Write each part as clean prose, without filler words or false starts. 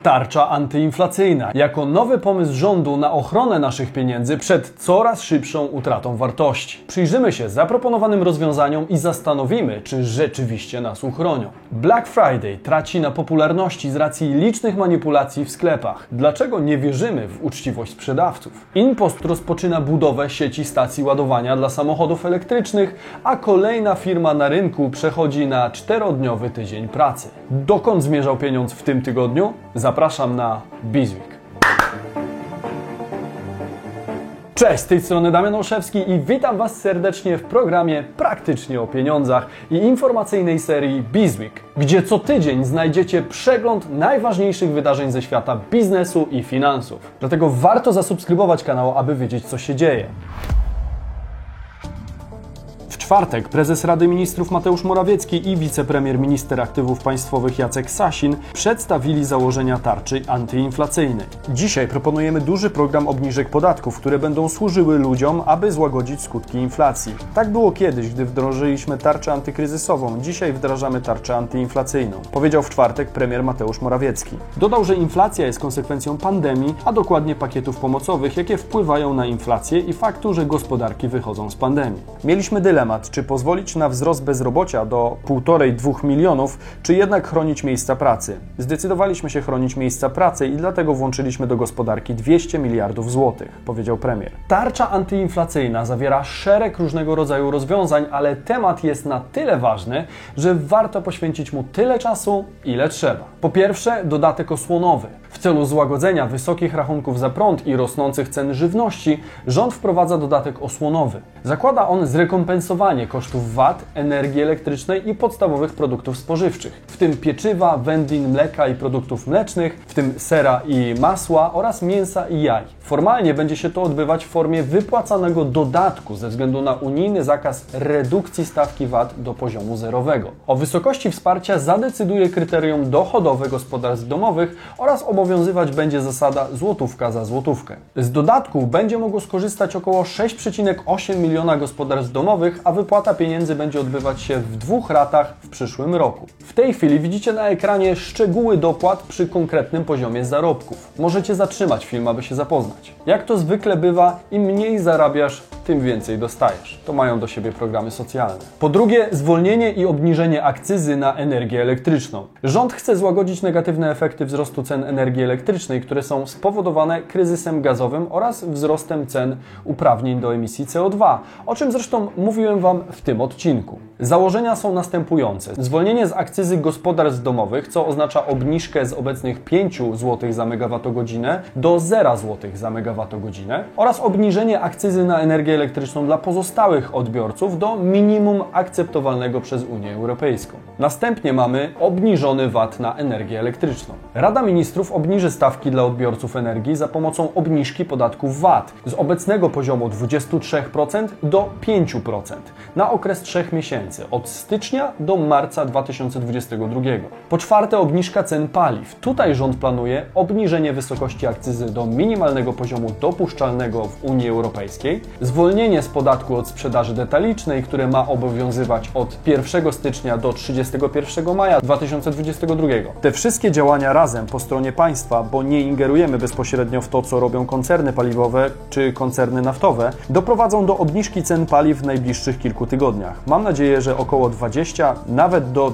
tarcza antyinflacyjna jako nowy pomysł rządu na ochronę naszych pieniędzy przed coraz szybszą utratą wartości. Przyjrzymy się zaproponowanym rozwiązaniom i zastanowimy, czy rzeczywiście nas uchronią. Black Friday traci na popularności z racji licznych manipulacji w sklepach. Dlaczego nie wierzymy w uczciwość sprzedawców? InPost rozpoczyna budowę sieci stacji ładowania dla samochodów elektrycznych, a kolejna firma na rynku przechodzi na 4-dniowy tydzień pracy. Dokąd zmierzał pieniądz w tym tygodniu? Zapraszam na Bizweek. Cześć, z tej strony Damian Olszewski i witam Was serdecznie w programie Praktycznie o pieniądzach i informacyjnej serii Bizweek, gdzie co tydzień znajdziecie przegląd najważniejszych wydarzeń ze świata biznesu i finansów. Dlatego warto zasubskrybować kanał, aby wiedzieć, co się dzieje. W czwartek prezes Rady Ministrów Mateusz Morawiecki i wicepremier minister aktywów państwowych Jacek Sasin przedstawili założenia tarczy antyinflacyjnej. Dzisiaj proponujemy duży program obniżek podatków, które będą służyły ludziom, aby złagodzić skutki inflacji. Tak było kiedyś, gdy wdrożyliśmy tarczę antykryzysową. Dzisiaj wdrażamy tarczę antyinflacyjną, powiedział w czwartek premier Mateusz Morawiecki. Dodał, że inflacja jest konsekwencją pandemii, a dokładnie pakietów pomocowych, jakie wpływają na inflację i faktu, że gospodarki wychodzą z pandemii. Mieliśmy dylemat, czy pozwolić na wzrost bezrobocia do 1,5–2 milionów, czy jednak chronić miejsca pracy. Zdecydowaliśmy się chronić miejsca pracy i dlatego włączyliśmy do gospodarki 200 miliardów złotych, powiedział premier. Tarcza antyinflacyjna zawiera szereg różnego rodzaju rozwiązań, ale temat jest na tyle ważny, że warto poświęcić mu tyle czasu, ile trzeba. Po pierwsze, dodatek osłonowy. W celu złagodzenia wysokich rachunków za prąd i rosnących cen żywności, rząd wprowadza dodatek osłonowy. Zakłada on zrekompensowanie kosztów VAT, energii elektrycznej i podstawowych produktów spożywczych, w tym pieczywa, wędlin, mleka i produktów mlecznych, w tym sera i masła oraz mięsa i jaj. Formalnie będzie się to odbywać w formie wypłacanego dodatku ze względu na unijny zakaz redukcji stawki VAT do poziomu zerowego. O wysokości wsparcia zadecyduje kryterium dochodowe gospodarstw domowych oraz obowiązywać będzie zasada złotówka za złotówkę. Z dodatku będzie mogło skorzystać około 6,8 miliona gospodarstw domowych, a wypłata pieniędzy będzie odbywać się w 2 ratach w przyszłym roku. W tej chwili widzicie na ekranie szczegóły dopłat przy konkretnym poziomie zarobków. Możecie zatrzymać film, aby się zapoznać. Jak to zwykle bywa, im mniej zarabiasz, tym więcej dostajesz. To mają do siebie programy socjalne. Po drugie, zwolnienie i obniżenie akcyzy na energię elektryczną. Rząd chce złagodzić negatywne efekty wzrostu cen energii elektrycznej, które są spowodowane kryzysem gazowym oraz wzrostem cen uprawnień do emisji CO2, o czym zresztą mówiłem Wam w tym odcinku. Założenia są następujące. Zwolnienie z akcyzy gospodarstw domowych, co oznacza obniżkę z obecnych 5 zł za megawattogodzinę do 0 zł za megawattogodzinę oraz obniżenie akcyzy na energię elektryczną dla pozostałych odbiorców do minimum akceptowalnego przez Unię Europejską. Następnie mamy obniżony VAT na energię elektryczną. Rada Ministrów obniży stawki dla odbiorców energii za pomocą obniżki podatku VAT z obecnego poziomu 23% do 5% na okres 3 miesięcy, od stycznia do marca 2022. Po czwarte, obniżka cen paliw. Tutaj rząd planuje obniżenie wysokości akcyzy do minimalnego poziomu dopuszczalnego w Unii Europejskiej, zwolnienie z podatku od sprzedaży detalicznej, które ma obowiązywać od 1 stycznia do 31 maja 2022. Te wszystkie działania razem po stronie państwa, bo nie ingerujemy bezpośrednio w to, co robią koncerny paliwowe czy koncerny naftowe, doprowadzą do obniżki cen paliw w najbliższych kilku tygodniach. Mam nadzieję, że około 20, nawet do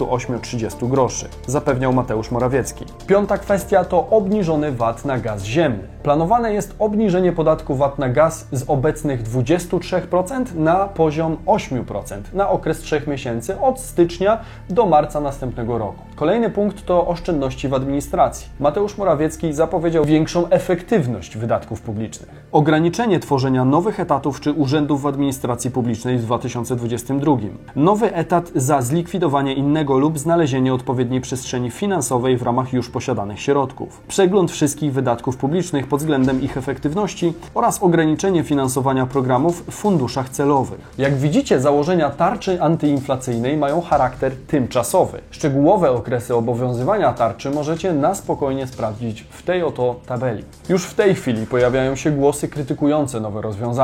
28–30 groszy, zapewniał Mateusz Morawiecki. Piąta kwestia to obniżony VAT na gaz ziemny. Planowane jest obniżenie podatku VAT na gaz z obecnych 23% na poziom 8% na okres 3 miesięcy od stycznia do marca następnego roku. Kolejny punkt to oszczędności w administracji. Mateusz Morawiecki zapowiedział większą efektywność wydatków publicznych. Ograniczenie tworzenia nowych etatów czy urzędów w administracji publicznej w 2022. Nowy etat za zlikwidowanie innego lub znalezienie odpowiedniej przestrzeni finansowej w ramach już posiadanych środków. Przegląd wszystkich wydatków publicznych pod względem ich efektywności oraz ograniczenie finansowania programów w funduszach celowych. Jak widzicie, założenia tarczy antyinflacyjnej mają charakter tymczasowy. Szczegółowe okresy obowiązywania tarczy możecie na spokojnie sprawdzić w tej oto tabeli. Już w tej chwili pojawiają się głosy krytykujące nowe rozwiązanie.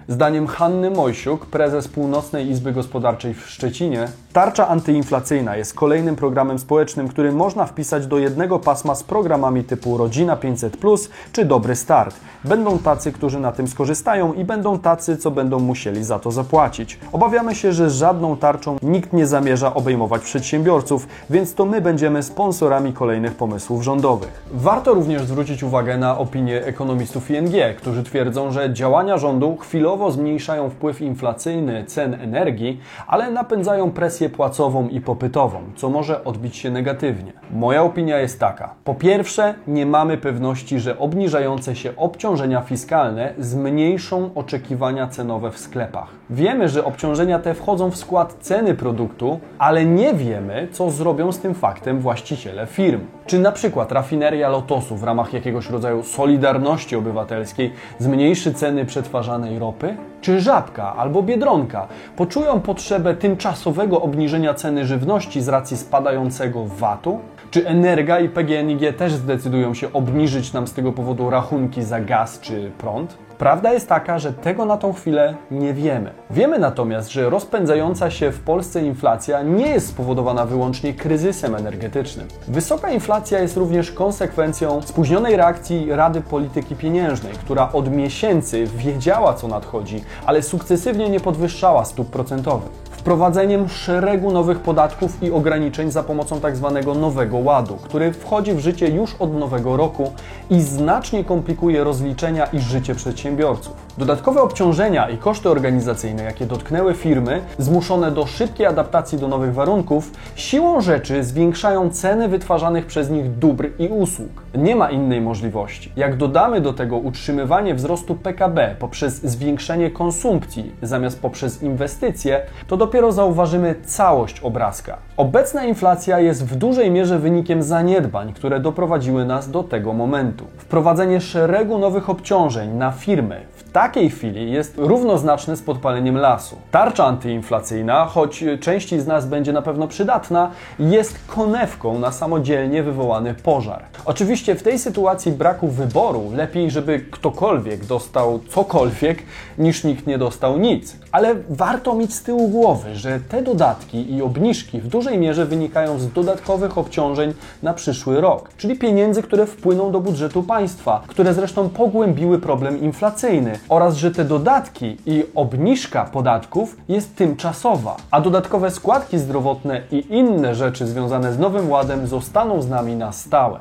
Zdaniem Hanny Mojsiuk, prezes Północnej Izby Gospodarczej w Szczecinie, tarcza antyinflacyjna jest kolejnym programem społecznym, który można wpisać do jednego pasma z programami typu Rodzina 500+, czy Dobry Start. Będą tacy, którzy na tym skorzystają i będą tacy, co będą musieli za to zapłacić. Obawiamy się, że żadną tarczą nikt nie zamierza obejmować przedsiębiorców, więc to my będziemy sponsorami kolejnych pomysłów rządowych. Warto również zwrócić uwagę na opinię ekonomistów ING, którzy twierdzą, że działania rządu chwilowo zmniejszają wpływ inflacyjny cen energii, ale napędzają presję płacową i popytową, co może odbić się negatywnie. Moja opinia jest taka. Po pierwsze, nie mamy pewności, że obniżające się obciążenia fiskalne zmniejszą oczekiwania cenowe w sklepach. Wiemy, że obciążenia te wchodzą w skład ceny produktu, ale nie wiemy, co zrobią z tym faktem właściciele firm. Czy na przykład rafineria Lotosu w ramach jakiegoś rodzaju solidarności obywatelskiej zmniejszy ceny przetwarzanej ropy? Czy Żabka albo Biedronka poczują potrzebę tymczasowego obniżenia ceny żywności z racji spadającego VAT-u? Czy Energa i PGNiG też zdecydują się obniżyć nam z tego powodu rachunki za gaz czy prąd? Prawda jest taka, że tego na tą chwilę nie wiemy. Wiemy natomiast, że rozpędzająca się w Polsce inflacja nie jest spowodowana wyłącznie kryzysem energetycznym. Wysoka inflacja jest również konsekwencją spóźnionej reakcji Rady Polityki Pieniężnej, która od miesięcy wiedziała, co nadchodzi, ale sukcesywnie nie podwyższała stóp procentowych. Wprowadzeniem szeregu nowych podatków i ograniczeń za pomocą tzw. Nowego Ładu, który wchodzi w życie już od nowego roku i znacznie komplikuje rozliczenia i życie przedsiębiorców. Dodatkowe obciążenia i koszty organizacyjne, jakie dotknęły firmy, zmuszone do szybkiej adaptacji do nowych warunków, siłą rzeczy zwiększają ceny wytwarzanych przez nich dóbr i usług. Nie ma innej możliwości. Jak dodamy do tego utrzymywanie wzrostu PKB poprzez zwiększenie konsumpcji zamiast poprzez inwestycje, to dopiero zauważymy całość obrazka. Obecna inflacja jest w dużej mierze wynikiem zaniedbań, które doprowadziły nas do tego momentu. Wprowadzenie szeregu nowych obciążeń na firmy w takiej chwili jest równoznaczne z podpaleniem lasu. Tarcza antyinflacyjna, choć części z nas będzie na pewno przydatna, jest konewką na samodzielnie wywołany pożar. Oczywiście w tej sytuacji braku wyboru lepiej, żeby ktokolwiek dostał cokolwiek, niż nikt nie dostał nic. Ale warto mieć z tyłu głowy, że te dodatki i obniżki w dużej mierze wynikają z dodatkowych obciążeń na przyszły rok, czyli pieniędzy, które wpłyną do budżetu państwa, które zresztą pogłębiły problem inflacyjny, oraz że te dodatki i obniżka podatków jest tymczasowa, a dodatkowe składki zdrowotne i inne rzeczy związane z Nowym Ładem zostaną z nami na stałe.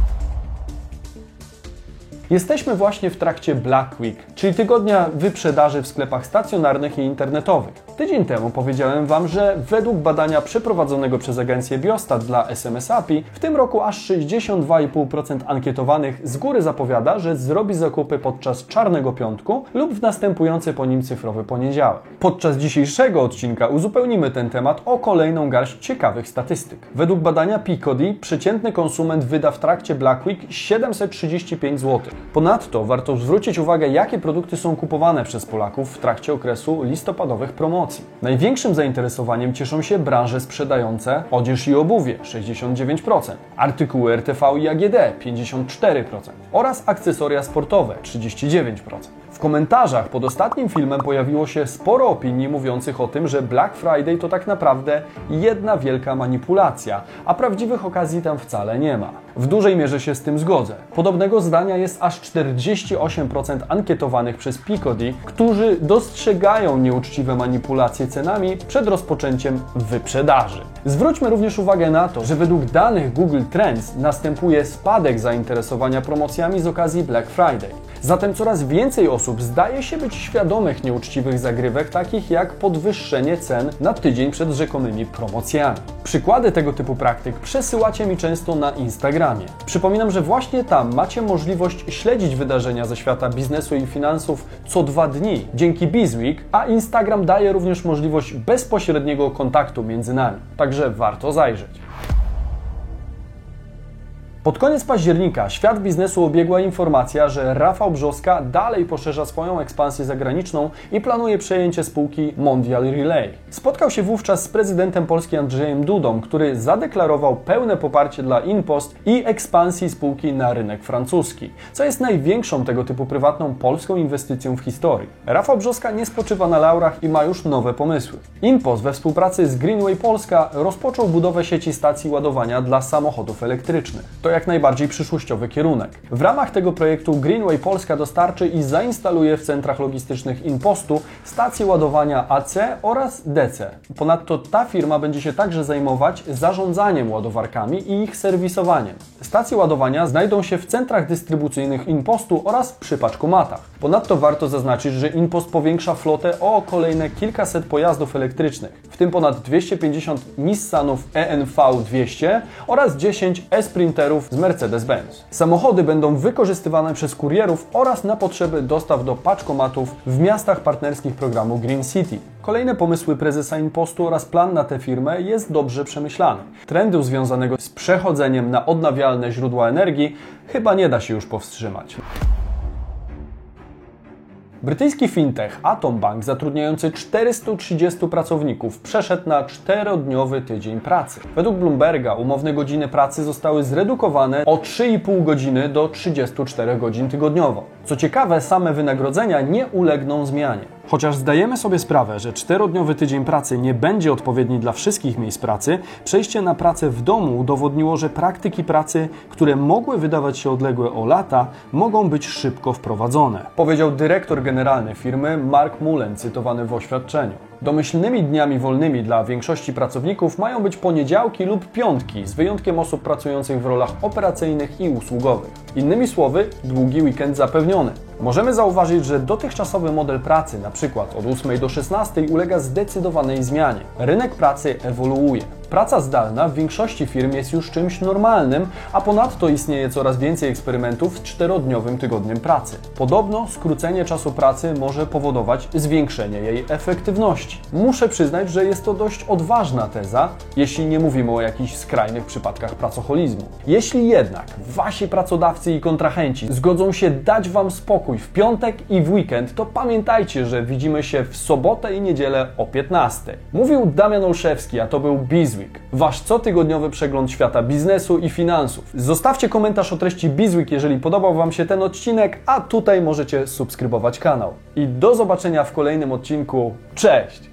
Jesteśmy właśnie w trakcie Black Week, czyli tygodnia wyprzedaży w sklepach stacjonarnych i internetowych. Tydzień temu powiedziałem Wam, że według badania przeprowadzonego przez agencję Biostat dla SMS API w tym roku aż 62,5% ankietowanych z góry zapowiada, że zrobi zakupy podczas Czarnego Piątku lub w następujący po nim cyfrowy poniedziałek. Podczas dzisiejszego odcinka uzupełnimy ten temat o kolejną garść ciekawych statystyk. Według badania Peabody przeciętny konsument wyda w trakcie Black Week 735 zł. Ponadto warto zwrócić uwagę, jakie produkty są kupowane przez Polaków w trakcie okresu listopadowych promocji. Największym zainteresowaniem cieszą się branże sprzedające odzież i obuwie 69%, artykuły RTV i AGD 54% oraz akcesoria sportowe 39%. W komentarzach pod ostatnim filmem pojawiło się sporo opinii mówiących o tym, że Black Friday to tak naprawdę jedna wielka manipulacja, a prawdziwych okazji tam wcale nie ma. W dużej mierze się z tym zgodzę. Podobnego zdania jest aż 48% ankietowanych przez Peabody, którzy dostrzegają nieuczciwe manipulacje cenami przed rozpoczęciem wyprzedaży. Zwróćmy również uwagę na to, że według danych Google Trends następuje spadek zainteresowania promocjami z okazji Black Friday. Zatem coraz więcej osób zdaje się być świadomych nieuczciwych zagrywek, takich jak podwyższenie cen na tydzień przed rzekomymi promocjami. Przykłady tego typu praktyk przesyłacie mi często na Instagramie. Przypominam, że właśnie tam macie możliwość śledzić wydarzenia ze świata biznesu i finansów co 2 dni dzięki Bizweek, a Instagram daje również możliwość bezpośredniego kontaktu między nami. Także warto zajrzeć. Pod koniec października świat biznesu obiegła informacja, że Rafał Brzoska dalej poszerza swoją ekspansję zagraniczną i planuje przejęcie spółki Mondial Relay. Spotkał się wówczas z prezydentem Polski Andrzejem Dudą, który zadeklarował pełne poparcie dla InPost i ekspansji spółki na rynek francuski, co jest największą tego typu prywatną polską inwestycją w historii. Rafał Brzoska nie spoczywa na laurach i ma już nowe pomysły. InPost we współpracy z Greenway Polska rozpoczął budowę sieci stacji ładowania dla samochodów elektrycznych. To jak najbardziej przyszłościowy kierunek. W ramach tego projektu Greenway Polska dostarczy i zainstaluje w centrach logistycznych InPostu stacje ładowania AC oraz DC. Ponadto ta firma będzie się także zajmować zarządzaniem ładowarkami i ich serwisowaniem. Stacje ładowania znajdą się w centrach dystrybucyjnych InPostu oraz przy paczkomatach. Ponadto warto zaznaczyć, że InPost powiększa flotę o kolejne kilkaset pojazdów elektrycznych, w tym ponad 250 Nissanów ENV200 oraz 10 e-Sprinterów z Mercedes-Benz. Samochody będą wykorzystywane przez kurierów oraz na potrzeby dostaw do paczkomatów w miastach partnerskich programu Green City. Kolejne pomysły prezesa InPostu oraz plan na tę firmę jest dobrze przemyślany. Trendu związanego z przechodzeniem na odnawialne źródła energii chyba nie da się już powstrzymać. Brytyjski fintech Atom Bank, zatrudniający 430 pracowników, przeszedł na 4-dniowy tydzień pracy. Według Bloomberga umowne godziny pracy zostały zredukowane o 3,5 godziny do 34 godzin tygodniowo. Co ciekawe, same wynagrodzenia nie ulegną zmianie. Chociaż zdajemy sobie sprawę, że 4-dniowy tydzień pracy nie będzie odpowiedni dla wszystkich miejsc pracy, przejście na pracę w domu udowodniło, że praktyki pracy, które mogły wydawać się odległe o lata, mogą być szybko wprowadzone. Powiedział dyrektor generalny firmy Mark Mullen, cytowany w oświadczeniu. Domyślnymi dniami wolnymi dla większości pracowników mają być poniedziałki lub piątki, z wyjątkiem osób pracujących w rolach operacyjnych i usługowych. Innymi słowy, długi weekend zapewniony. Możemy zauważyć, że dotychczasowy model pracy, np. od 8 do 16, ulega zdecydowanej zmianie. Rynek pracy ewoluuje. Praca zdalna w większości firm jest już czymś normalnym, a ponadto istnieje coraz więcej eksperymentów z 4-dniowym tygodniem pracy. Podobno skrócenie czasu pracy może powodować zwiększenie jej efektywności. Muszę przyznać, że jest to dość odważna teza, jeśli nie mówimy o jakichś skrajnych przypadkach pracoholizmu. Jeśli jednak wasi pracodawcy i kontrahenci zgodzą się dać wam spokój w piątek i w weekend, to pamiętajcie, że widzimy się w sobotę i niedzielę o 15. Mówił Damian Olszewski, a to był Bizweek, wasz cotygodniowy przegląd świata biznesu i finansów. Zostawcie komentarz o treści Bizweek, jeżeli podobał wam się ten odcinek, a tutaj możecie subskrybować kanał. I do zobaczenia w kolejnym odcinku. Cześć!